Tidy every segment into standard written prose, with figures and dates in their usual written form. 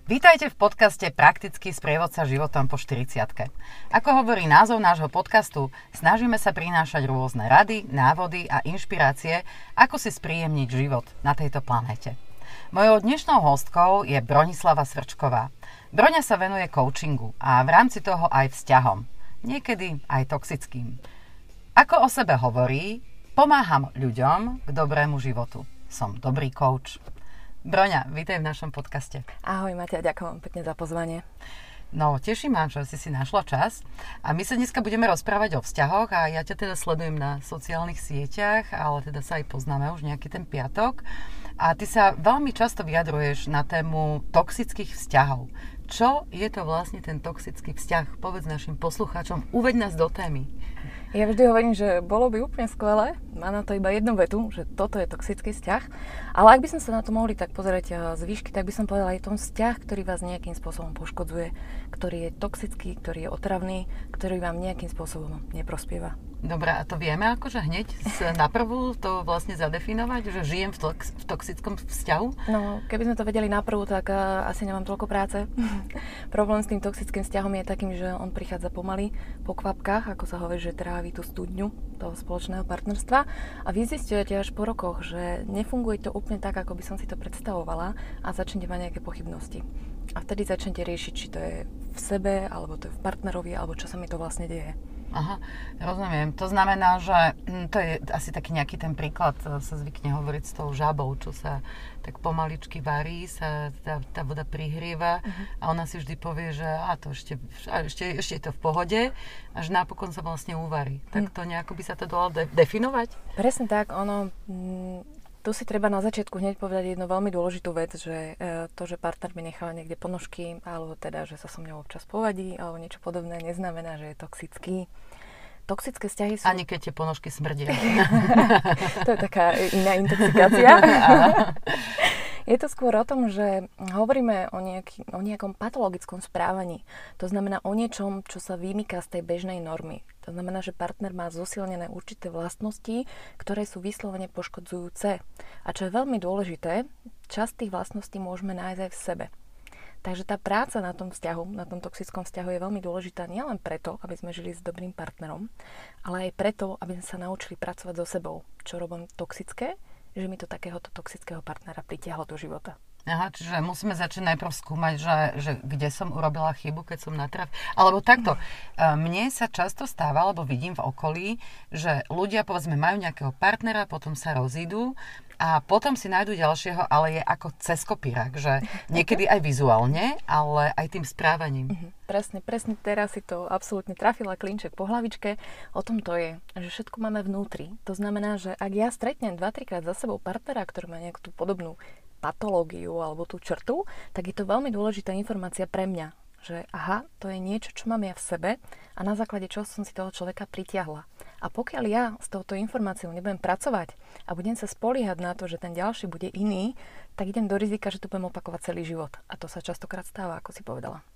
Vítajte v podcaste Praktický sprievodca životom po 40-ke. Ako hovorí názov nášho podcastu, snažíme sa prinášať rôzne rady, návody a inšpirácie, ako si spríjemniť život na tejto planéte. Mojou dnešnou hostkou je Bronislava Svrčková. Broňa sa venuje coachingu a v rámci toho aj vzťahom. Niekedy aj toxickým. Ako o sebe hovorí, pomáham ľuďom k dobrému životu. Som dobrý coach. Broňa, vítaj v našom podcaste. Ahoj Matia, ďakujem pekne za pozvanie. No, teším ma, že si našla čas. A my sa dneska budeme rozprávať o vzťahoch a ja ťa teda sledujem na sociálnych sieťach, ale teda sa aj poznáme už nejaký ten piatok. A ty sa veľmi často vyjadruješ na tému toxických vzťahov. Čo je to vlastne ten toxický vzťah? Povedz našim poslucháčom, uveď nás do témy. Ja vždy hovorím, že bolo by úplne skvelé, má na to iba jednu vetu, že toto je toxický vzťah. Ale ak by sme sa na to mohli tak pozerať z výšky, tak by som povedala, je to vzťah, ktorý vás nejakým spôsobom poškodzuje, ktorý je toxický, ktorý je otravný, ktorý vám nejakým spôsobom neprospieva. Dobre, a to vieme akože hneď naprvu to vlastne zadefinovať, že žijem v toxickom vzťahu? No, keby sme to vedeli naprvu, tak asi nemám toľko práce. Problém s tým toxickým vzťahom je takým, že on prichádza pomaly, po kvapkách, ako sa hovorí, že trávi tú studňu toho spoločného partnerstva a vy zisťujete až po rokoch, že nefunguje to úplne tak, ako by som si to predstavovala a začnete mať nejaké pochybnosti. A vtedy začnete riešiť, či to je v sebe, alebo to je v partnerovi, alebo čo sa mi to vlastne deje. Aha, rozumiem. To znamená, že to je asi taký nejaký ten príklad, sa zvykne hovoriť s tou žabou, čo sa tak pomaličky varí, sa tá voda prihrieva a ona si vždy povie, že to ešte je to v pohode, až napokon sa vlastne uvarí. Tak to nejako by sa to dalo definovať? Presne tak, tu si treba na začiatku hneď povedať jednu veľmi dôležitú vec, že to, že partner mi necháva niekde ponožky, alebo teda, že sa so mňou občas povadí, alebo niečo podobné, neznamená, že je toxický. Toxické vzťahy sú... Ani keď tie ponožky smrdia. To je taká iná intoxikácia. Je to skôr o tom, že hovoríme o nejakom patologickom správaní. To znamená o niečom, čo sa vymýka z tej bežnej normy. To znamená, že partner má zosilnené určité vlastnosti, ktoré sú vyslovene poškodzujúce. A čo je veľmi dôležité, časť tých vlastností môžeme nájsť aj v sebe. Takže tá práca na tom vzťahu, na tom toxickom vzťahu je veľmi dôležitá nielen preto, aby sme žili s dobrým partnerom, ale aj preto, aby sme sa naučili pracovať so sebou. Čo robím toxické, že mi to takéhoto toxického partnera pritiahlo do života. Aha, čiže musíme začať najprv skúmať, že kde som urobila chybu, keď som alebo takto. Mne sa často stáva, alebo vidím v okolí, že ľudia, povedzme, majú nejakého partnera, potom sa rozídu a potom si nájdu ďalšieho, ale je ako cez kopírák, že niekedy aj vizuálne, ale aj tým správaním. Presne, teraz si to absolútne trafila klinček po hlavičke. O tom to je, že všetko máme vnútri. To znamená, že ak ja stretnem 2-3 krát za sebou partnera, ktorý má nejakú tú podobnú patológiu alebo tú črtu, tak je to veľmi dôležitá informácia pre mňa, že aha, to je niečo, čo mám ja v sebe a na základe čoho som si toho človeka pritiahla. A pokiaľ ja s touto informáciou nebudem pracovať a budem sa spoliehať na to, že ten ďalší bude iný, tak idem do rizika, že to budem opakovať celý život. A to sa častokrát stáva, ako si povedala.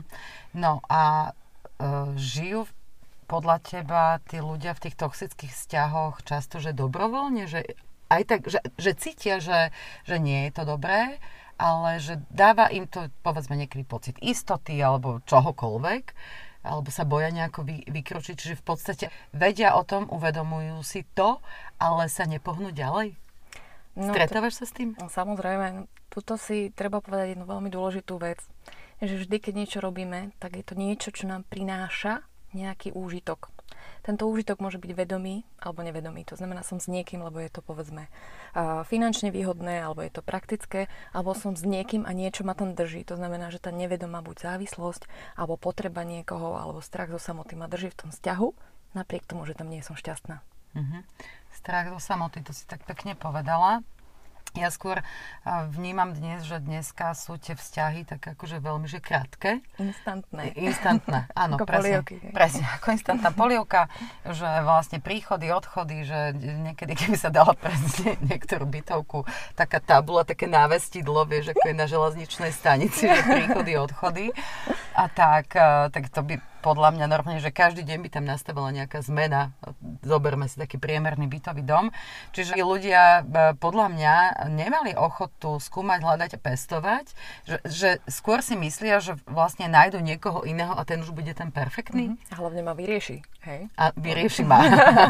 No a žijú podľa teba tí ľudia v tých toxických vzťahoch často, že dobrovoľne, že aj tak, že cítia, že nie je to dobré, ale že dáva im to, povedzme, niekedy pocit istoty alebo čohokoľvek, alebo sa boja nejako vykročiť, čiže v podstate vedia o tom, uvedomujú si to, ale sa nepohnú ďalej? Stretávaš sa s tým? Samozrejme, tuto si treba povedať jednu veľmi dôležitú vec, že vždy, keď niečo robíme, tak je to niečo, čo nám prináša nejaký úžitok. Tento úžitok môže byť vedomý alebo nevedomý. To znamená, som s niekým, lebo je to, povedzme, finančne výhodné, alebo je to praktické, alebo som s niekým a niečo ma tam drží. To znamená, že tá nevedomá buď závislosť, alebo potreba niekoho, alebo strach zo samoty ma drží v tom vzťahu, napriek tomu, že tam nie som šťastná. Strach zo samoty, to si tak pekne povedala. Ja skôr vnímam dnes, že dneska sú tie vzťahy tak akože veľmi že krátke. Instantné, áno, presne. Presne, ako instantná polievka, že vlastne príchody, odchody, že niekedy, keby sa dala presne niektorú bytovku, taká tabula, také návestidlo, vieš, ako je na železničnej stanici, že príchody, odchody. A tak to by podľa mňa normálne, že každý deň by tam nastavila nejaká zmena. Zoberme si taký priemerný bytový dom. Čiže ľudia podľa mňa nemali ochotu skúmať, hľadať a pestovať, že skôr si myslia, že vlastne nájdu niekoho iného a ten už bude ten perfektný. A hlavne ma vyrieši, hej? A vyrieši ma.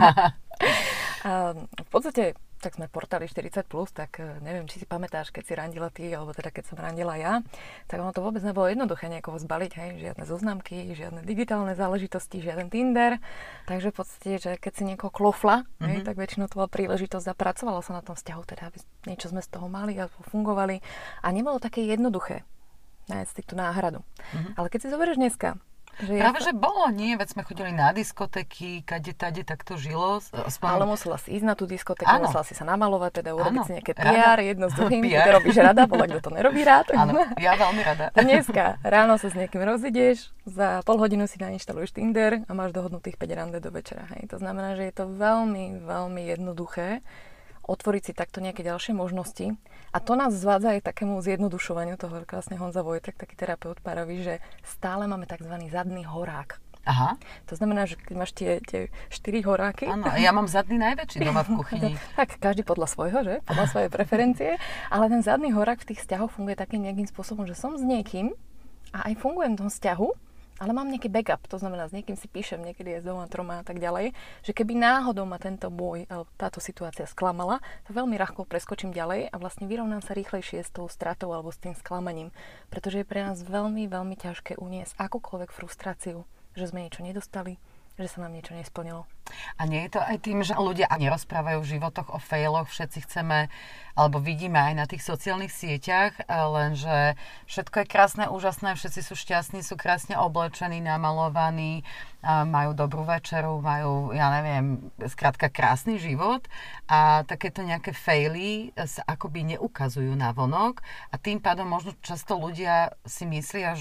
V podstate, tak sme portáli 40+, tak neviem, či si pamätáš, keď si randila ty, alebo teda keď som randila ja, tak ono to vôbec nebolo jednoduché niekoho zbaliť, hej, žiadne zoznamky, žiadne digitálne záležitosti, žiaden Tinder, takže v podstate, že keď si niekoho klofla, hej, tak väčšinou to bola príležitosť a pracovala sa na tom vzťahu, teda aby niečo sme z toho mali a fungovali a nebolo také jednoduché nájsť tú náhradu. Ale keď si zoberieš dneska, práve, že bolo, nie? Veď sme chodili na diskotéky, kade tak to žilo. Ale musela si ísť na tú diskotéku, musela si sa namalovať, teda urobiť si nejaké PR, jedno s druhým, ty to robíš rada, bola kto to nerobí rád. Áno, ja veľmi rada. Dneska ráno sa s niekým rozídeš, za pol hodinu si nainštaluješ Tinder a máš dohodnutých 5 rande do večera. Hej. To znamená, že je to veľmi, veľmi jednoduché otvoriť si takto nejaké ďalšie možnosti. A to nás zvádza aj takému zjednodušovaniu, toho krásne Honza Vojtek, taký terapeut párový, že stále máme tzv. Zadný horák. Aha. To znamená, že keď máš tie 4 horáky... Áno, ja mám zadný najväčší doma v kuchyni. Tak, každý podľa svojho, že? Podľa svojej preferencie. Ale ten zadný horák v tých vzťahoch funguje takým nejakým spôsobom, že som s niekým a aj fungujem v tom vzťahu, ale mám nejaký backup, to znamená, s niekým si píšem, niekedy je s 2, 3 a tak ďalej, že keby náhodou ma tento boj, alebo táto situácia sklamala, tak veľmi ľahko preskočím ďalej a vlastne vyrovnám sa rýchlejšie s tou stratou alebo s tým sklamaním, pretože je pre nás veľmi, veľmi ťažké uniesť akúkoľvek frustráciu, že sme niečo nedostali, že sa nám niečo nesplnilo. A nie je to aj tým, že ľudia nerozprávajú v životoch o failoch, všetci chceme, alebo vidíme aj na tých sociálnych sieťach, lenže všetko je krásne, úžasné, všetci sú šťastní, sú krásne oblečení, namalovaní, majú dobrú večeru, majú, ja neviem, skrátka krásny život a takéto nejaké faily sa akoby neukazujú na vonok a tým pádom možno často ľudia si myslia,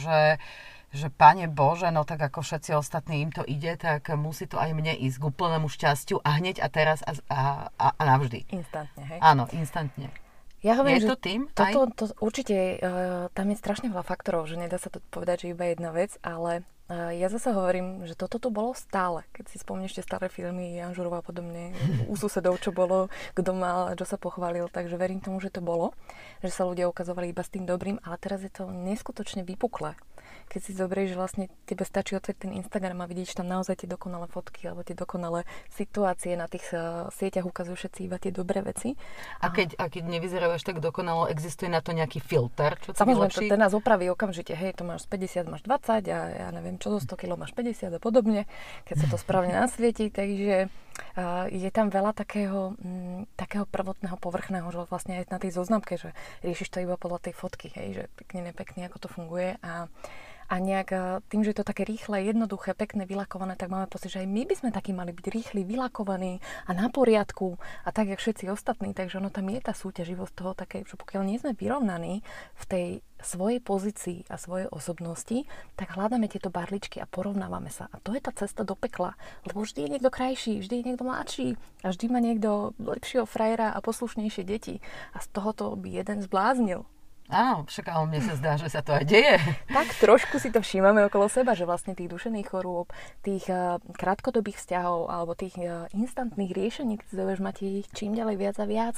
že Pane Bože, no tak ako všetci ostatní im to ide, tak musí to aj mne ísť k úplnému šťastiu a hneď a teraz a navždy. Instantne, hej? Áno, instantne. Ja hovorím, je to tým? To určite, tam je strašne veľa faktorov, že nedá sa to povedať, že iba jedna vec, ale ja zase hovorím, že toto tu bolo stále. Keď si spomnieš tie staré filmy, Jan Žurov a podobne, u susedov, čo bolo, kto mal, čo sa pochválil, takže verím tomu, že to bolo, že sa ľudia ukazovali iba s tým dobrým, ale teraz je to neskutočne vypuklé. Keď si zoberieš, že vlastne tebe stačí otvoriť ten Instagram a vidíš tam naozaj tie dokonalé fotky alebo tie dokonalé situácie, na tých sieťach ukazujú všetci iba tie dobré veci. A keď nevyzerajú až tak dokonalo, existuje na to nejaký filter, čo to samozrejme, ten nás opraví okamžite, hej, to máš 50, máš 20 a ja neviem, čo zo 100 kg máš 50 a podobne, keď sa to správne nasvietí, takže je tam veľa takého prvotného, povrchného, že vlastne aj na tej zoznamke, že riešiš to iba podľa tej fotky, hej, že pekne, nepekne, ako to funguje a nejak tým, že je to také rýchle, jednoduché, pekné, vylakované, tak máme pocit, že aj my by sme takí mali byť rýchli, vylakovaní a na poriadku a tak, jak všetci ostatní. Takže ono tam je tá súťaživosť toho také, že pokiaľ nie sme vyrovnaní v tej svojej pozícii a svojej osobnosti, tak hľadáme tieto barličky a porovnávame sa. A to je tá cesta do pekla. Lebo vždy je niekto krajší, vždy je niekto mladší a vždy má niekto lepšieho frajera a poslušnejšie deti. A z tohoto by jeden zbláznil. Áno, však ale mne sa zdá, že sa to aj deje. Tak trošku si to všímame okolo seba, že vlastne tých duševných chorôb, tých krátkodobých vzťahov alebo tých instantných riešení, keď si máte ich čím ďalej viac a viac.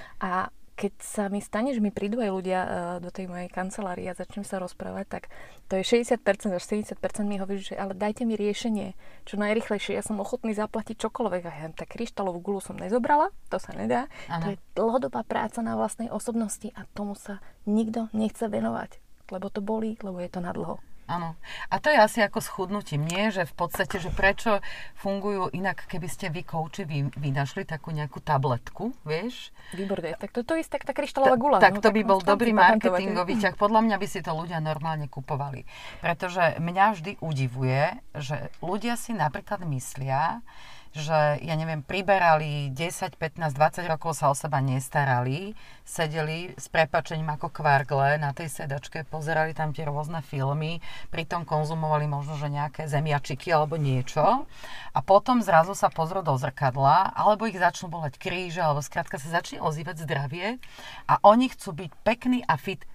A keď sa mi stane, že mi prídu aj ľudia do tej mojej kancelárie a začnem sa rozprávať, tak to je 60% až 70% mi hovorí, že ale dajte mi riešenie čo najrýchlejšie, ja som ochotný zaplatiť čokoľvek. A ja tak kryštálovú gulu som nezobrala, to sa nedá. Ano. To je dlhodobá práca na vlastnej osobnosti a tomu sa nikto nechce venovať, lebo to bolí, lebo je to nadlho. Áno. A to je asi ako schudnutím, nie? Že v podstate, že prečo fungujú inak, keby ste vy kouči vynašli takú nejakú tabletku, vieš? Výborné. Tak to je tá kryštálová gula. Tak to by bol dobrý marketingový ťah. Podľa mňa by si to ľudia normálne kupovali. Pretože mňa vždy udivuje, že ľudia si napríklad myslia, že, ja neviem, priberali 10, 15, 20 rokov sa o seba nestarali, sedeli s prepáčením ako kvargle na tej sedačke, pozerali tam tie rôzne filmy, pritom konzumovali možno, že nejaké zemiačiky alebo niečo a potom zrazu sa pozrú do zrkadla, alebo ich začnú boleť kríže, alebo skrátka sa začne ozývať zdravie a oni chcú byť pekní a fit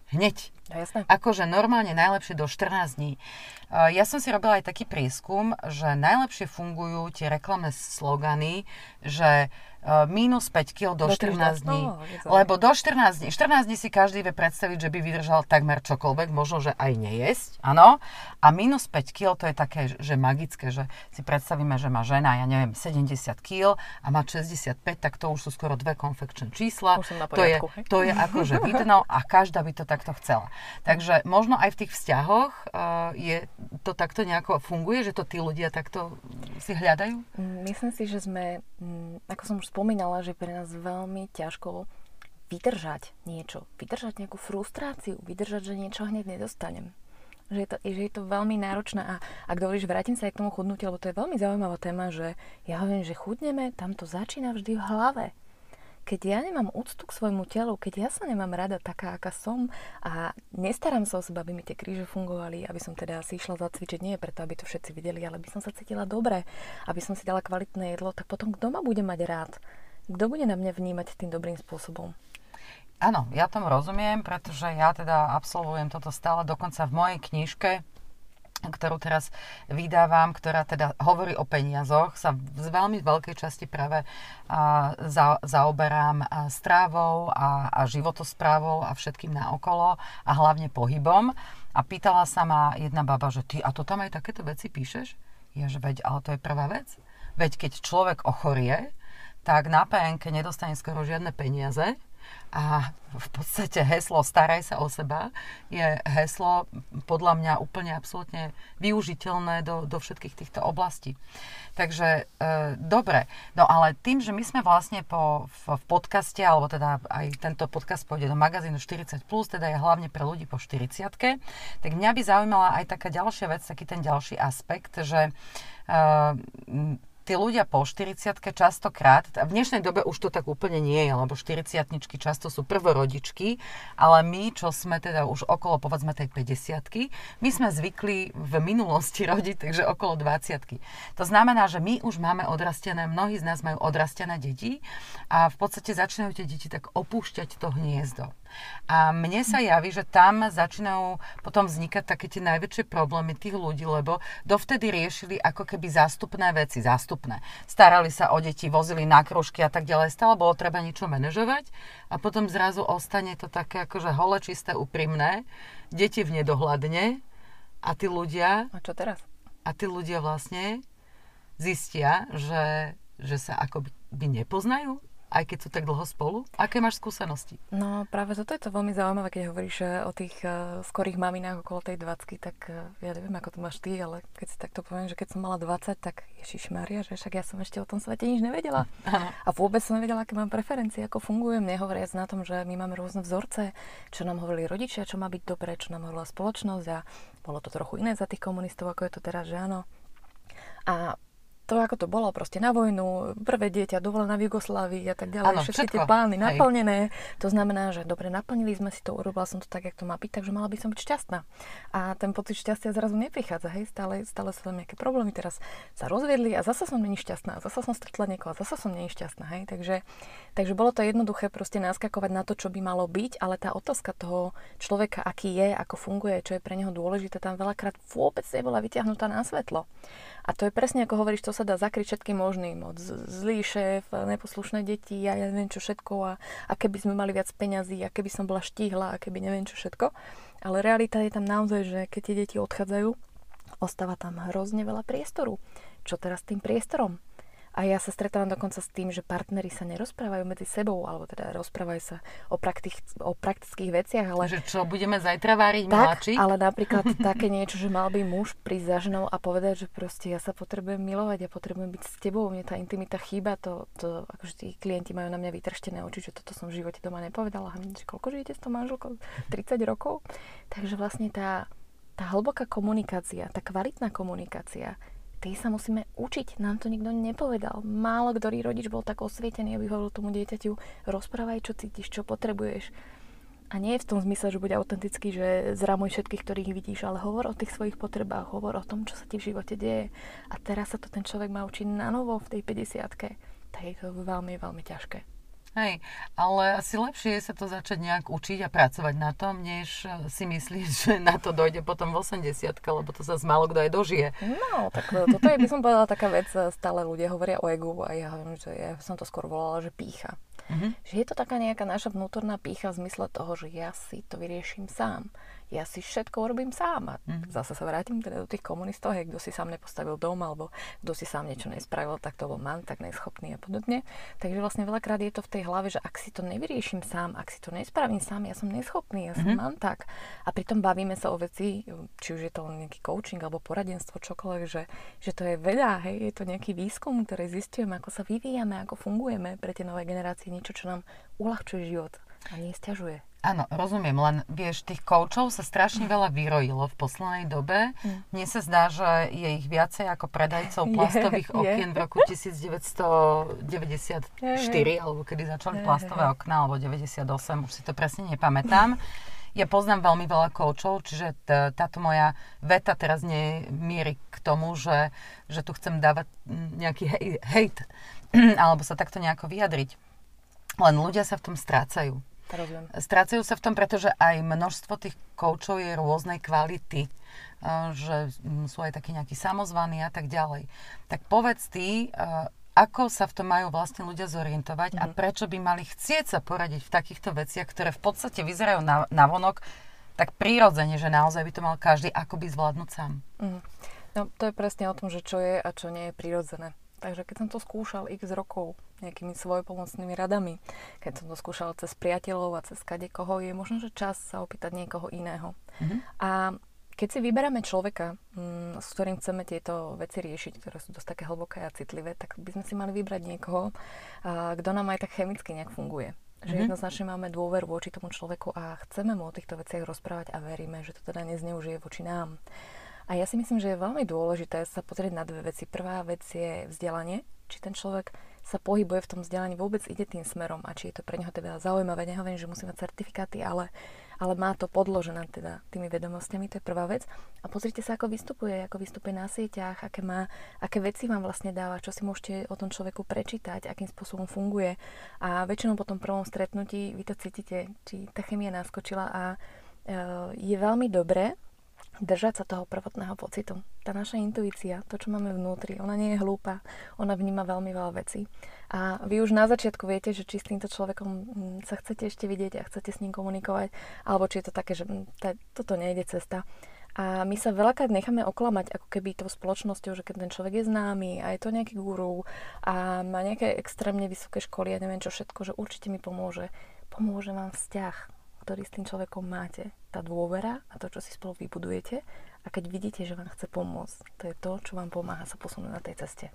hneď. Jasné. Akože normálne najlepšie do 14 dní. Ja som si robila aj taký prieskum, že najlepšie fungujú tie reklamné slogany, že minus 5 kg do 14 dní. Lebo do 14 dní si každý vie predstaviť, že by vydržal takmer čokoľvek, možno, že aj nejesť, áno. A minus 5 kg to je také, že magické, že si predstavíme, že má žena, ja neviem, 70 kg a má 65, tak to už sú skoro 2 konfekčné čísla. To je akože vidno a každá by to takto chcela. Takže možno aj v tých vzťahoch je to takto nejako funguje, že to tí ľudia takto si hľadajú? Myslím si, že sme, ako som už spomínala, že pre nás veľmi ťažko vydržať niečo. Vydržať nejakú frustráciu, vydržať, že niečo hneď nedostanem. Že je to veľmi náročné a ak dovolíš, vrátim sa aj k tomu chudnutiu, lebo to je veľmi zaujímavá téma, že ja hovorím, že chudneme, tam to začína vždy v hlave. Keď ja nemám úctu k svojmu telu, keď ja sa nemám rada taká, aká som a nestaram sa o seba, aby mi tie kríže fungovali, aby som teda si išla zacvičiť, nie preto, aby to všetci videli, ale aby som sa cítila dobre, aby som si dala kvalitné jedlo, tak potom kto ma bude mať rád? Kto bude na mňa vnímať tým dobrým spôsobom? Áno, ja tomu rozumiem, pretože ja teda absolvujem toto stále, dokonca v mojej knižke, ktorú teraz vydávam, ktorá teda hovorí o peniazoch, sa z veľmi veľkej časti práve zaoberám strávou a životosprávou a všetkým naokolo a hlavne pohybom. A pýtala sa ma jedna baba, že ty, a to tam aj takéto veci píšeš? Ja, že veď, ale to je prvá vec. Veď keď človek ochorie, tak na PN-ke nedostane skoro žiadne peniaze. A v podstate heslo staraj sa o seba je heslo podľa mňa úplne absolútne využiteľné do všetkých týchto oblastí. Takže dobre, no ale tým, že my sme vlastne v podcaste, alebo teda aj tento podcast pôjde do magazínu 40+, teda je hlavne pre ľudí po 40-ke, tak mňa by zaujímala aj taká ďalšia vec, taký ten ďalší aspekt, že tí ľudia po 40-ke častokrát, v dnešnej dobe už to tak úplne nie je, lebo 40-tničky často sú prvorodičky, ale my, čo sme teda už okolo, povedzme, tej 50-ky, my sme zvykli v minulosti rodiť, takže okolo 20-ky. To znamená, že my už máme odrastené, mnohí z nás majú odrastené deti a v podstate začínajú tie deti tak opúšťať to hniezdo. A mne sa javí, že tam začínajú potom vznikať také tie najväčšie problémy tých ľudí, lebo dovtedy riešili ako keby zástupné veci, starali sa o deti, vozili na krúžky a tak ďalej, stále bolo treba niečo manažovať a potom zrazu ostane to také akože holé, čisté, úprimné, deti v nedohľadne a tí ľudia... A čo teraz? A tí ľudia vlastne zistia, že sa akoby nepoznajú, aj keď sú tak dlho spolu? Aké máš skúsenosti? No práve toto je to veľmi zaujímavé, keď hovoríš o tých skorých maminách okolo tej 20, tak ja neviem, ako to máš ty, ale keď si takto poviem, že keď som mala 20, tak Ježišmaria, že však ja som ešte o tom svete nič nevedela. Ano. A vôbec som nevedela, aké mám preferencie, ako fungujem, nehovoriac na tom, že my máme rôzne vzorce, čo nám hovorili rodičia, čo má byť dobré, čo nám hovorila spoločnosť a bolo to trochu iné za tých komunistov, ako je to teraz, že áno. A to, ako to bolo, proste na vojnu, prvé dieťa, dovolená v Jugoslávii a tak ďalej, všetky tie plány naplnené. To znamená, že dobre, naplnili sme si to, urobila som to tak, jak to má byť, takže mala by som byť šťastná. A ten pocit šťastia zrazu neprichádza, hej, stále sú tam nejaké problémy, teraz sa rozviedli a zasa som není šťastná, zasa som stretla niekoho, zasa som není šťastná, hej, takže bolo to jednoduché proste naskakovať na to, čo by malo byť, ale tá otázka toho človeka, aký je, ako funguje, čo je pre neho dôležité, tam veľakrát vôbec nebola vyťahnutá na svetlo. A to je presne ako hovoríš, to sa dá zakryť všetkým možným, od zlý šéf, neposlušné deti a ja neviem čo všetko a keby sme mali viac peňazí a keby som bola štíhla a keby neviem čo všetko. Ale realita je tam naozaj, že keď tie deti odchádzajú, ostáva tam hrozne veľa priestoru. Čo teraz s tým priestorom? A ja sa stretávam dokonca s tým, že partneri sa nerozprávajú medzi sebou, alebo teda rozprávajú sa o praktických veciach, ale... Že čo, budeme zajtra váriť tak, mláči? Ale napríklad také niečo, že mal by muž prísť za ženou a povedať, že proste ja sa potrebujem milovať, ja potrebujem byť s tebou, mne tá intimita chýba, to akože tí klienti majú na mňa vytrštené oči, že toto som v živote doma nepovedala. A že koľko žijete s tou manželkou? 30 rokov? Takže vlastne tá hlboká komunikácia, tá kvalitná komunikácia, tej sa musíme učiť. Nám to nikto nepovedal. Málo ktorý rodič bol tak osvietený, aby hovoril tomu dieťaťu, rozprávaj, čo cítiš, čo potrebuješ. A nie je v tom zmysle, že bude autentický, že zramuj všetkých, ktorých vidíš, ale hovor o tých svojich potrebách, hovor o tom, čo sa ti v živote deje. A teraz sa to ten človek má učiť na novo v tej 50-ke. Tak je to veľmi, veľmi ťažké. Hej, ale asi lepšie je sa to začať nejak učiť a pracovať na tom, než si myslíš, že na to dojde potom v 80-ke, lebo to sa málo kto aj dožije. No, tak toto je, by som povedala, taká vec, stále ľudia hovoria o egu a ja hovorím, že ja som to skôr volala, že pýcha. Že je to taká nejaká naša vnútorná pýcha v zmysle toho, že ja si to vyrieším sám. Ja si všetko urobím sám. A zase sa vrátim teda do tých komunistov, kto si sám nepostavil dom, alebo kto si sám niečo nespravil, tak to bol man, tak neschopný a podobne. Takže vlastne veľakrát je to v tej hlave, že ak si to nevyrieším sám, ak si to nespravím sám, ja som neschopný, ja som man tak. A pritom bavíme sa o veci, či už je to len nejaký coaching alebo poradenstvo, čokoľvek, že to je veda, hej, je to nejaký výskum, ktorý zistujeme, ako sa vyvíjame, ako fungujeme pre tie nové generácie, niečo, čo nám uľahčuje život a nie sťažuje. Áno, rozumiem, len vieš, tých koučov sa strašne veľa vyrojilo v poslednej dobe. Mne sa zdá, že je ich viacej ako predajcov plastových okien v roku 1994, alebo kedy začali plastové okná, alebo 98, už si to presne nepamätám. Ja poznám veľmi veľa koučov, čiže táto moja veta teraz nemierí k tomu, že tu chcem dávať nejaký hejt, alebo sa takto nejako vyjadriť. Len ľudia sa v tom strácajú. Strácajú sa v tom, pretože aj množstvo tých koučov je rôznej kvality, že sú aj takí nejakí samozvaní a tak ďalej. Tak povedz ty, ako sa v tom majú vlastne ľudia zorientovať a prečo by mali chcieť sa poradiť v takýchto veciach, ktoré v podstate vyzerajú navonok tak prirodzene, že naozaj by to mal každý akoby zvládnuť sám. No, to je presne o tom, že čo je a čo nie je prirodzené. Takže keď som to skúšal x rokov nejakými svojpomocnými radami, keď som to skúšal cez priateľov a cez kadekoho, je možno, že čas sa opýtať niekoho iného. A keď si vyberáme človeka, s ktorým chceme tieto veci riešiť, ktoré sú dosť také hlboké a citlivé, tak by sme si mali vybrať niekoho, kto nám aj tak chemicky nejak funguje. Že jednoznačne máme dôveru voči tomu človeku a chceme mu o týchto veciach rozprávať a veríme, že to teda nezneužije voči nám. A ja si myslím, že je veľmi dôležité sa pozrieť na dve veci. Prvá vec je vzdelanie, či ten človek sa pohybuje v tom vzdelaní, vôbec ide tým smerom a či je to pre neho teda zaujímavé. Nehovorím, že musí mať certifikáty, ale má to podložené teda tými vedomostiami, to je prvá vec. A pozrite sa, ako vystupuje na sieťach, aké veci vám vlastne dáva, čo si môžete o tom človeku prečítať, akým spôsobom funguje. A väčšinou po tom prvom stretnutí vy to cítite, či tá chemia naskočila a je veľmi dobré držať sa toho prvotného pocitu. Tá naša intuícia, to, čo máme vnútri, ona nie je hlúpa, ona vníma veľmi veľa vecí. A vy už na začiatku viete, že či s týmto človekom sa chcete ešte vidieť a chcete s ním komunikovať, alebo či je to také, že toto nejde cesta. A my sa veľakrát necháme oklamať ako keby tou spoločnosťou, že keď ten človek je známy a je to nejaký guru a má nejaké extrémne vysoké školy a neviem čo všetko, že určite mi pomôže. Pomôže vám vzťah, ktorý s tým človekom máte. Tá dôvera a to, čo si spolu vybudujete. A keď vidíte, že vám chce pomôcť, to je to, čo vám pomáha sa posunúť na tej ceste.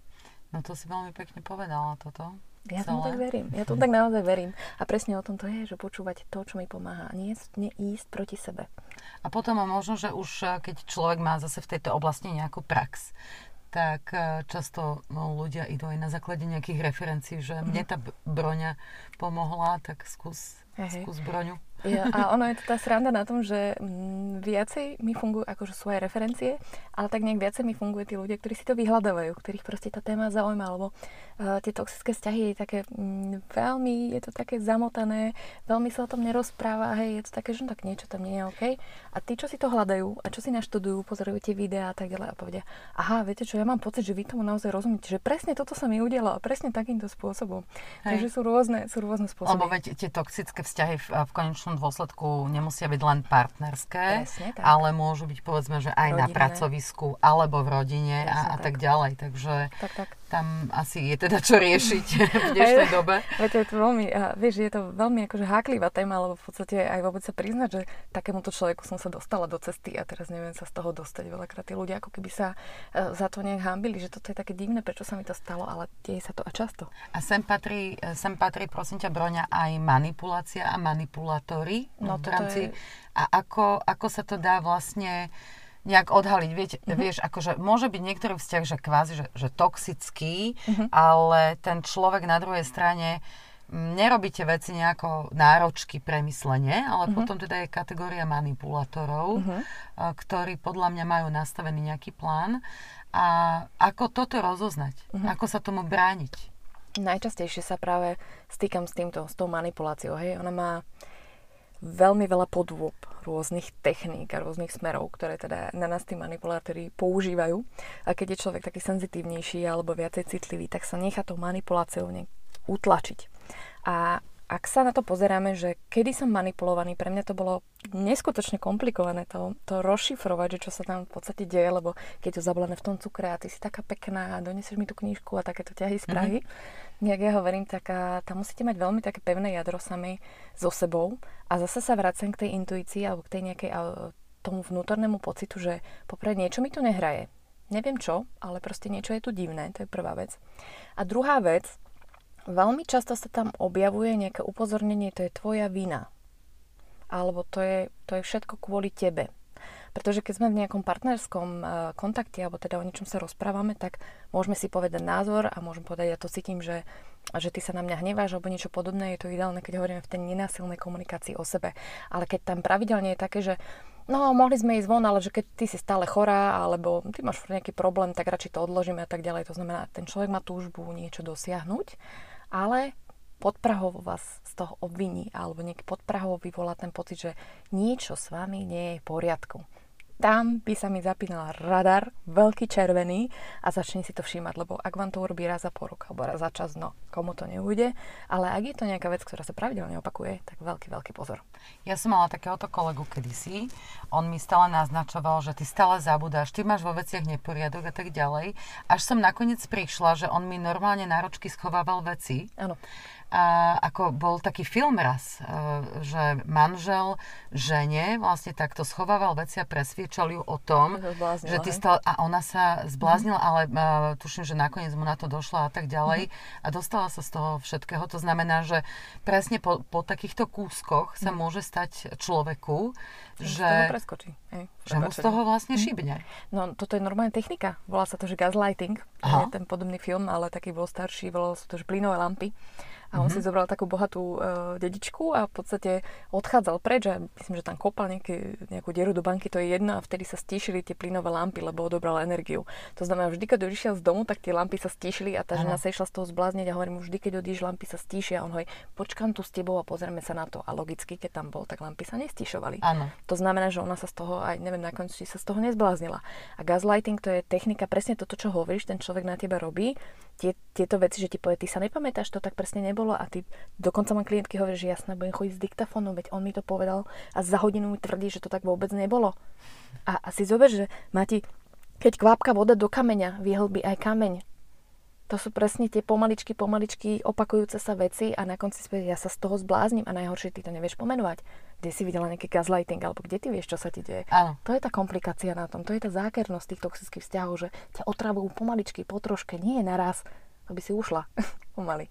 No to si veľmi pekne povedala toto. Ja tomu tak verím. Ja tomu tak naozaj verím. A presne o tom to je, že počúvať to, čo mi pomáha. A nie ísť proti sebe. A potom možno, že už keď človek má zase v tejto oblasti nejakú prax, tak často ľudia idú aj na základe nejakých referencií, že mne tá broňa pomohla, tak skús broňu. Ja, a ono je to tá sranda na tom, že viacej mi fungujú, akože sú aj referencie, ale tak nejak viacej mi fungujú tí ľudia, ktorí si to vyhľadávajú, ktorých proste tá téma zaujíma, alebo tie toxické vzťahy je také veľmi, je to také zamotané, veľmi sa o tom nerozpráva, hej, je to také, že tak niečo tam nie je OK. A tí, čo si to hľadajú a čo si naštudujú, pozerajú tie videá a tak ďalej a povedia, aha, viete čo, ja mám pocit, že vy tomu naozaj rozumiete, že presne toto sa mi udialo a presne takýmto spôsobom. Hej. Takže sú rôzne spôsoby. Lebo veď tie toxické vzťahy v konečnom dôsledku nemusia byť len partnerské, ale môžu byť povedzme, že aj na pracovisku alebo v rodine a tak ďalej. Takže tam asi je teda čo riešiť v dnešnej dobe. Viete, je to veľmi, vieš, je to veľmi akože háklivá téma, lebo v podstate aj vôbec sa priznať, že takémuto človeku som sa dostala do cesty a teraz neviem sa z toho dostať. Veľakrát tí ľudia ako keby sa za to nejak hanbili, že toto je také divné, prečo sa mi to stalo, ale deje sa to a často. A sem patrí, prosím ťa, Broňa, aj manipulácia a manipulátory v rámci. A ako sa to dá vlastne nejak odhaliť. Vieš, akože môže byť niektorý vzťah, že kvázi, že toxický, ale ten človek na druhej strane nerobíte veci nejako náročky premyslenie, ale potom teda je kategória manipulátorov, ktorí podľa mňa majú nastavený nejaký plán. A ako toto rozoznať? Ako sa tomu brániť? najčastejšie sa práve stýkam s tou manipuláciou. Hej? Ona má veľmi veľa podôb rôznych techník a rôznych smerov, ktoré teda na nás tí manipulátori používajú. A keď je človek taký senzitívnejší alebo viacej citlivý, tak sa nechá tou manipuláciou utlačiť. A ak sa na to pozeráme, že kedy som manipulovaný, pre mňa to bolo neskutočne komplikované to rozšifrovať, že čo sa tam v podstate deje, lebo keď to zabalené v tom cukre a ty si taká pekná a donesieš mi tú knižku a takéto ťahy z Prahy, nejak ja hovorím, tak tam musíte mať veľmi také pevné jadro samej so sebou a zase sa vracem k tej intuícii alebo k tej nejakej tomu vnútornému pocitu, že poprvé niečo mi tu nehraje. Neviem čo, ale proste niečo je tu divné, to je prvá vec. A druhá vec, veľmi často sa tam objavuje nejaké upozornenie, to je tvoja vina. Alebo to je všetko kvôli tebe. Pretože keď sme v nejakom partnerskom kontakte, alebo teda o niečom sa rozprávame, tak môžeme si povedať názor a môžeme povedať, ja to cítim, že ty sa na mňa hneváš, alebo niečo podobné. Je to ideálne, keď hovoríme v tej nenásilnej komunikácii o sebe. Ale keď tam pravidelne je také, že no, mohli sme ísť von, ale že keď ty si stále chorá, alebo ty máš nejaký problém, tak radšej to odložíme a tak ďalej. To znamená, ten človek má túžbu niečo dosiahnuť, ale podprahovo vás z toho obviní, alebo nieký podprahovo vyvolá ten pocit, že niečo s vami nie je v poriadku. Tam by sa mi zapínal radar, veľký červený a začne si to všímať, lebo ak vám to urobí raz za pol rok alebo raz za čas, no komu to neujde, ale ak je to nejaká vec, ktorá sa pravidelne opakuje, tak veľký pozor. Ja som mala takéhoto kolegu kedysi, on mi stále naznačoval, že ty stále zabudáš, ty máš vo veciach neporiadok a tak ďalej, až som nakoniec prišla, že on mi normálne na ručky schovával veci. Áno. A ako bol taký film raz, že manžel žene vlastne takto schovával veci a presviečal ju o tom, že ty stále, a ona sa zbláznila, ale tuším, že nakoniec mu na to došla a tak ďalej a dostala sa z toho všetkého. To znamená, že presne po takýchto kúskoch sa môže stať človeku, že mu z toho vlastne šibne. No toto je normálna technika, volá sa to, že gaslighting, je ten podobný film, ale taký bol starší, volalo sa to, že plynové lampy. A on si zobral takú bohatú dedičku a v podstate odchádzal preč a myslím, že tam kopal nejakú dieru do banky, to je jedno a vtedy sa stíšili tie plynové lampy, lebo odobral energiu. To znamená, vždy, keď odišiel z domu, tak tie lampy sa stíšili a tá žena sa išla z toho zblázniť a hovorím mu, vždy, keď odíš, lampy sa stíšia. A on hovorí, počkám tu s tebou a pozrieme sa na to. A logicky, keď tam bol, tak lampy sa nestíšovali. Áno. To znamená, že ona sa z toho aj neviem nakoniec, či sa z toho nezbláznila. A gaslighting to je technika, presne toto, čo hovoríš, ten človek na teba robí. Tieto veci, že ti povie, ty sa nepamätáš, to tak presne nebolo a ty dokonca mám klientky hovorí, že jasné, budem chodiť s diktafónom, veď on mi to povedal a za hodinu mi tvrdí, že to tak vôbec nebolo. A si zober, že keď kvapka voda do kameňa, vyhlbí aj kameň. To sú presne tie pomaličky opakujúce sa veci a na konci ja sa z toho zbláznim a najhoršie ty to nevieš pomenovať. Kde si videla nejaký gaslighting alebo kde ty vieš, čo sa ti deje. Áno. To je tá komplikácia na tom, to je tá zákernosť tých toxických vzťahov, že ťa otravujú pomaličky, po troške, nie je naraz, aby si ušla pomaly.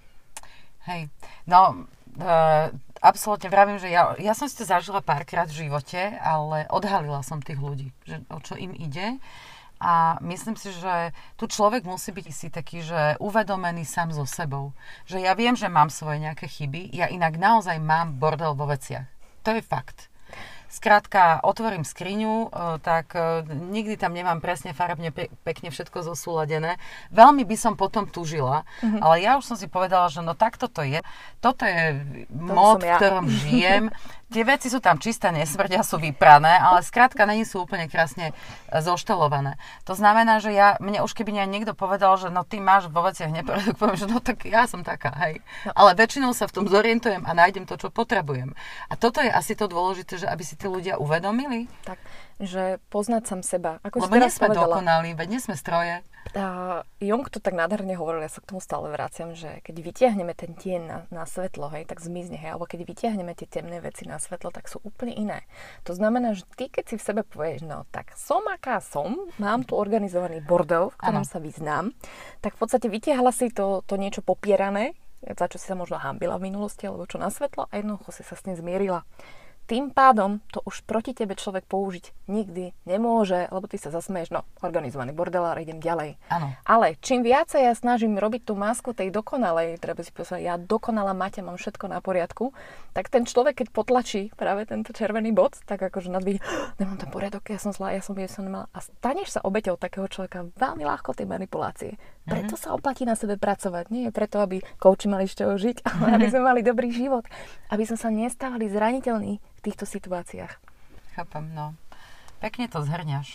Hej, no absolútne vravím, že ja som si to zažila párkrát v živote, ale odhalila som tých ľudí, že o čo im ide. A myslím si, že tu človek musí byť si taký, že uvedomený sám so sebou. Že ja viem, že mám svoje nejaké chyby, ja inak naozaj mám bordel vo veciach. To je fakt. Skrátka, otvorím skriňu, tak nikdy tam nemám presne farebne pekne všetko zosúladené. Veľmi by som potom tužila, ale ja už som si povedala, že no takto to je. Toto je mód, v ktorom žijem. Tie veci sú tam čisté, nesmrdia, sú vyprané, ale skrátka není sú úplne krásne zoštelované. To znamená, že mne už keby niekto povedal, že no ty máš vo veciach neporiadok, poviem, že no tak ja som taká, hej. No. Ale väčšinou sa v tom zorientujem a nájdem to, čo potrebujem. A toto je asi to dôležité, že aby si tí ľudia uvedomili. Tak, že poznať sám seba. Ako lebo nie sme dokonalí, veď nie sme stroje. Jung to tak nádherne hovoril, ja sa k tomu stále vraciam, že keď vytiahneme ten tieň na svetlo, hej, tak zmizne, hej, alebo keď vytiahneme tie temné veci na svetlo, tak sú úplne iné. To znamená, že ty, keď si v sebe povieš, no tak som aká som, mám tu organizovaný bordel, v ktorom sa vyznám, tak v podstate vytiahla si to niečo popierané, za čo si sa možno hanbila v minulosti, alebo čo na svetlo a jednoducho si sa s tým zmierila. tým pádom to už proti tebe človek použiť nikdy nemôže, lebo ty sa zasmeješ, no, organizovaný bordelár, idem ďalej. Áno. Ale čím viacej ja snažím robiť tú masku tej dokonalej, treba si povedať, ja dokonalá Maťa, mám všetko na poriadku, tak ten človek, keď potlačí práve tento červený bod, tak akože nadvidí, nemám tam poriadok, ja som zlá, ja som nemala. A staneš sa obeťou takého človeka veľmi ľahko tej manipulácie. Preto sa oplatí na sebe pracovať. Nie je preto, aby kouči mali z čoho žiť, ale aby sme mali dobrý život. Aby sme sa nestávali zraniteľní v týchto situáciách. Chápem, no. Pekne to zhrňaš.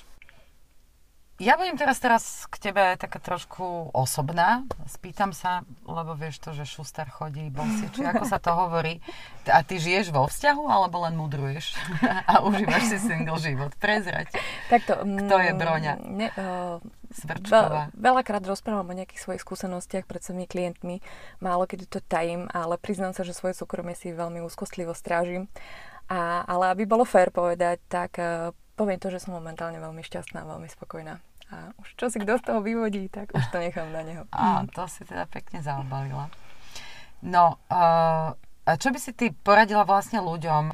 Ja budem teraz k tebe taká trošku osobná. Spýtam sa, lebo vieš to, že Šuster chodí bosý, či ako sa to hovorí. A ty žiješ vo vzťahu, alebo len mudruješ? A užívaš si single život? Prezrať. Takto, kto je Broňa? Svrčková. Veľakrát rozprávam o nejakých svojich skúsenostiach pred svojimi klientmi. Málo kedy to tajím, ale priznám sa, že svoje súkromie si veľmi úzkostlivo strážim. Ale aby bolo fér povedať, tak poviem to, že som momentálne veľmi šťastná, veľmi spokojná. A už čo si kto z toho vyvodí, tak už to nechám na neho. A to si teda pekne zaobalila. No, a čo by si ty poradila vlastne ľuďom,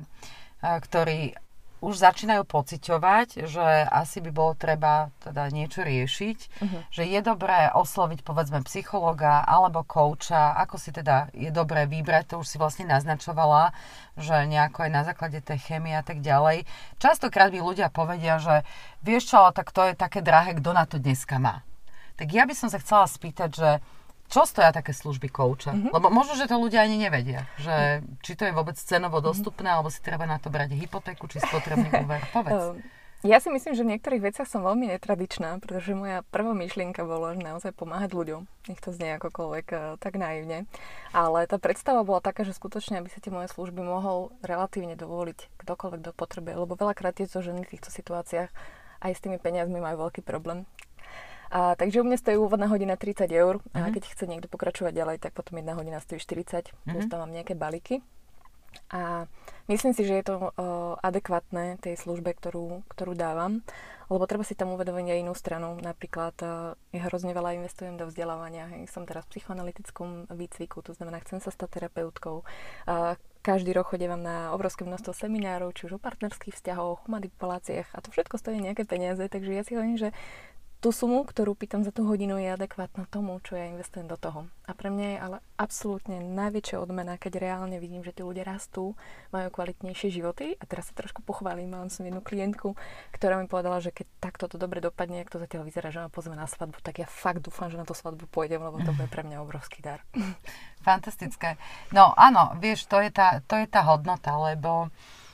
ktorí už začínajú pociťovať, že asi by bolo treba teda niečo riešiť, že je dobré osloviť povedzme psychologa alebo kouča, ako si teda je dobré vybrať, to už si vlastne naznačovala, že nejako aj na základe tej chémie a tak ďalej. Častokrát mi ľudia povedia, že vieš čo, tak to je také drahé, kto na to dneska má. Tak ja by som sa chcela spýtať, že čo stoja také služby kouča? Lebo možno, že to ľudia ani nevedia. Že, či to je vôbec cenovo dostupné, alebo si treba na to brať hypotéku, či spotrebný úver. Povedz. Ja si myslím, že v niektorých veciach som veľmi netradičná, pretože moja prvá myšlienka bola, že naozaj pomáhať ľuďom. Nech to znie akokoľvek tak naivne. Ale tá predstava bola taká, že skutočne, aby sa tie moje služby mohol relatívne dovoliť kdokoľvek, kto potrebuje. Lebo veľakrát tieto ženy v týchto situáciách aj s tými peniazmi majú veľký problém. Takže u mňa stojí úvodná hodina 30 eur a keď chce niekto pokračovať ďalej, tak potom jedna hodina stojí 40, plus tam mám nejaké balíky. A myslím si, že je to adekvátne tej službe, ktorú dávam, lebo treba si tam uvedomiť aj inú stranu. Napríklad ja hrozne veľa investujem do vzdelávania. Som teraz v psychoanalytickom výcviku, to znamená, chcem sa stať terapeutkou. Každý rok chodievam na obrovské množstvo seminárov, či už o partnerských vzťahoch, o manipuláciách a to všetko stojí nejaké peniaze, takže ja si hovorím, že tú sumu, ktorú pýtam za tú hodinu, je adekvátna tomu, čo ja investujem do toho. A pre mňa je ale absolútne najväčšia odmena, keď reálne vidím, že tí ľudia rastú, majú kvalitnejšie životy. A teraz sa trošku pochválim, mám som jednu klientku, ktorá mi povedala, že keď takto to dobre dopadne, ak to zatiaľ vyzerá, že ma pozve na svadbu, tak ja fakt dúfam, že na tú svadbu pôjdem, lebo to bude pre mňa obrovský dar. Fantastické. No áno, vieš, to je tá hodnota, lebo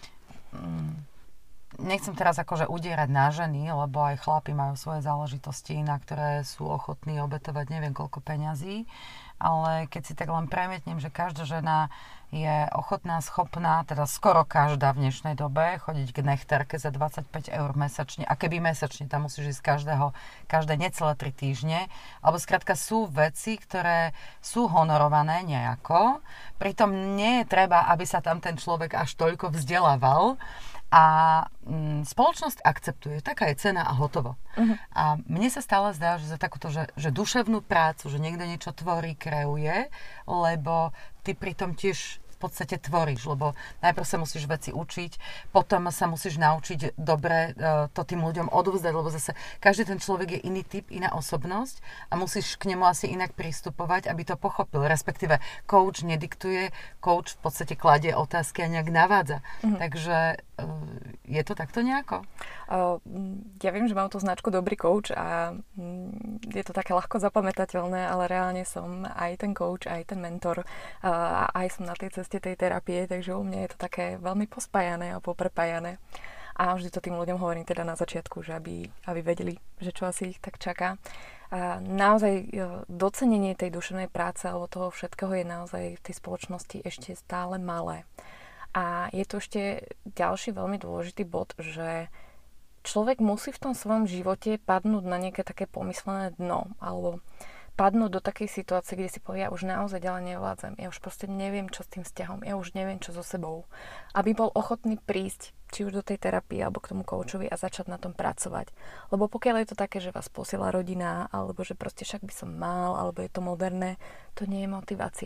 nechcem teraz akože udierať na ženy, lebo aj chlapi majú svoje záležitosti, na ktoré sú ochotní obetovať neviem koľko peňazí, ale keď si tak len premietnem, že každá žena je ochotná, schopná, teda skoro každá v dnešnej dobe chodiť k nechtárke za 25 eur mesačne, a keby mesačne, tam musíš ísť každé necelé 3 týždne, alebo skrátka sú veci, ktoré sú honorované nejako, pritom nie je treba, aby sa tam ten človek až toľko vzdelával. A spoločnosť akceptuje, taká je cena a hotovo. A mne sa stále zdá, že za takúto, že duševnú prácu, že niekto niečo tvorí, kreuje, lebo ty pritom tiež v podstate tvoríš, lebo najprv sa musíš veci učiť, potom sa musíš naučiť dobre to tým ľuďom odovzdať, lebo zase každý ten človek je iný typ, iná osobnosť a musíš k nemu asi inak pristupovať, aby to pochopil. Respektíve coach nediktuje, coach v podstate kladie otázky a nejak navádza. Takže je to takto nejako? Ja viem, že mám tú značku Dobrý coach a je to také ľahko zapamätateľné, ale reálne som aj ten coach, aj ten mentor a aj som na tej ceste tej terapie, takže u mňa je to také veľmi pospájané a poprepájané. A vždy to tým ľuďom hovorím teda na začiatku, že aby vedeli, že čo asi ich tak čaká. A naozaj docenenie tej duševnej práce alebo toho všetkého je naozaj v tej spoločnosti ešte stále malé. A je tu ešte ďalší veľmi dôležitý bod, že človek musí v tom svojom živote padnúť na nejaké také pomyslené dno, alebo padnúť do takej situácie, kde si povie, ja už naozaj ďalej nevládzem, ja už proste neviem, čo s tým vzťahom, ja už neviem, čo so sebou. Aby bol ochotný prísť, či už do tej terapie, alebo k tomu koučovi a začať na tom pracovať. Lebo pokiaľ je to také, že vás posiela rodina, alebo že proste však by som mal, alebo je to moderné, to nie je motivácia.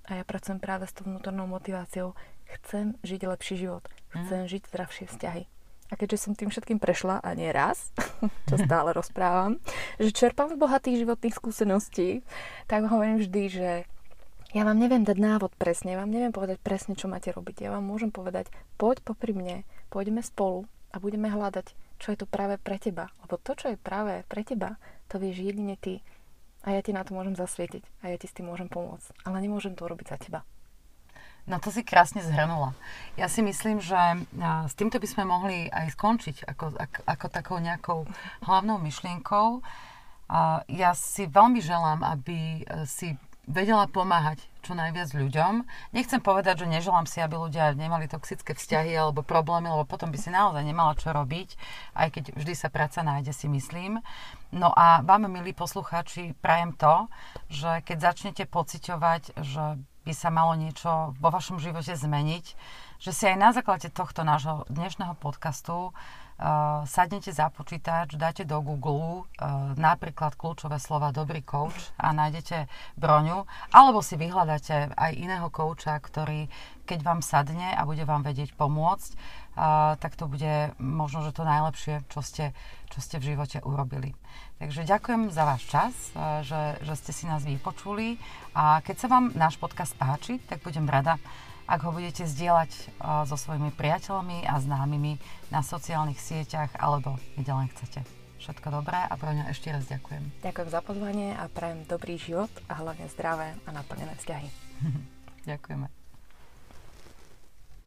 A ja pracujem práve s tou vnútornou motiváciou. Chcem žiť lepší život. Chcem žiť zdravšie vzťahy. A keďže som tým všetkým prešla, a nie raz, čo stále rozprávam, že čerpám z bohatých životných skúseností, tak hovorím vždy, že ja vám neviem dať návod presne, vám neviem povedať presne, čo máte robiť. Ja vám môžem povedať, poď popri mne, poďme spolu a budeme hľadať, čo je to práve pre teba. Lebo to, čo je práve pre teba, to vieš jedine ty. A ja ti na to môžem zasvietiť a ja ti s tým môžem pomôcť. Ale nemôžem to urobiť za teba. No to si krásne zhrnula. Ja si myslím, že s týmto by sme mohli aj skončiť ako takou nejakou hlavnou myšlienkou. Ja si veľmi želám, aby si vedela pomáhať čo najviac ľuďom. Nechcem povedať, že neželám si, aby ľudia nemali toxické vzťahy alebo problémy, lebo potom by si naozaj nemala čo robiť, aj keď vždy sa práca nájde, si myslím. No a vám, milí poslucháči, prajem to, že keď začnete pociťovať, že by sa malo niečo vo vašom živote zmeniť, že si aj na základe tohto nášho dnešného podcastu sadnete za počítač, dáte do Google napríklad kľúčové slova dobrý coach a nájdete Broňu, alebo si vyhľadáte aj iného kouča, ktorý keď vám sadne a bude vám vedieť pomôcť, tak to bude možno, že to najlepšie, čo ste v živote urobili. Takže ďakujem za váš čas, že ste si nás vypočuli a keď sa vám náš podcast páči, tak budem rada, ak ho budete zdieľať so svojimi priateľmi a známymi na sociálnych sieťach alebo kde len chcete. Všetko dobré a Broňa, ešte raz ďakujem. Ďakujem za pozvanie a prajem dobrý život a hlavne zdravé a naplnené vzťahy. Ďakujeme.